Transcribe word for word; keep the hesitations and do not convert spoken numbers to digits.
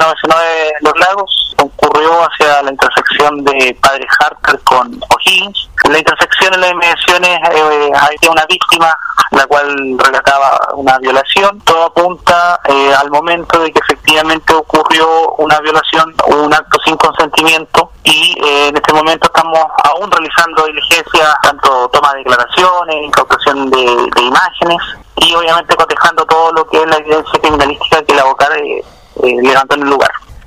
novecientos nueve Los Lagos, concurrió hacia la intersección de Padre Harker con O'Higgins. En la intersección, en las inmediaciones, eh, había una víctima, la cual relataba una violación. Todo apunta eh, al momento de que efectivamente ocurrió una violación o un acto sin consentimiento, y eh, en este momento estamos aún realizando diligencias, tanto toma de declaraciones, incautación de, de imágenes, y obviamente cotejando todo lo que es la evidencia criminalística que la vocal eh, eh, levantó en el lugar.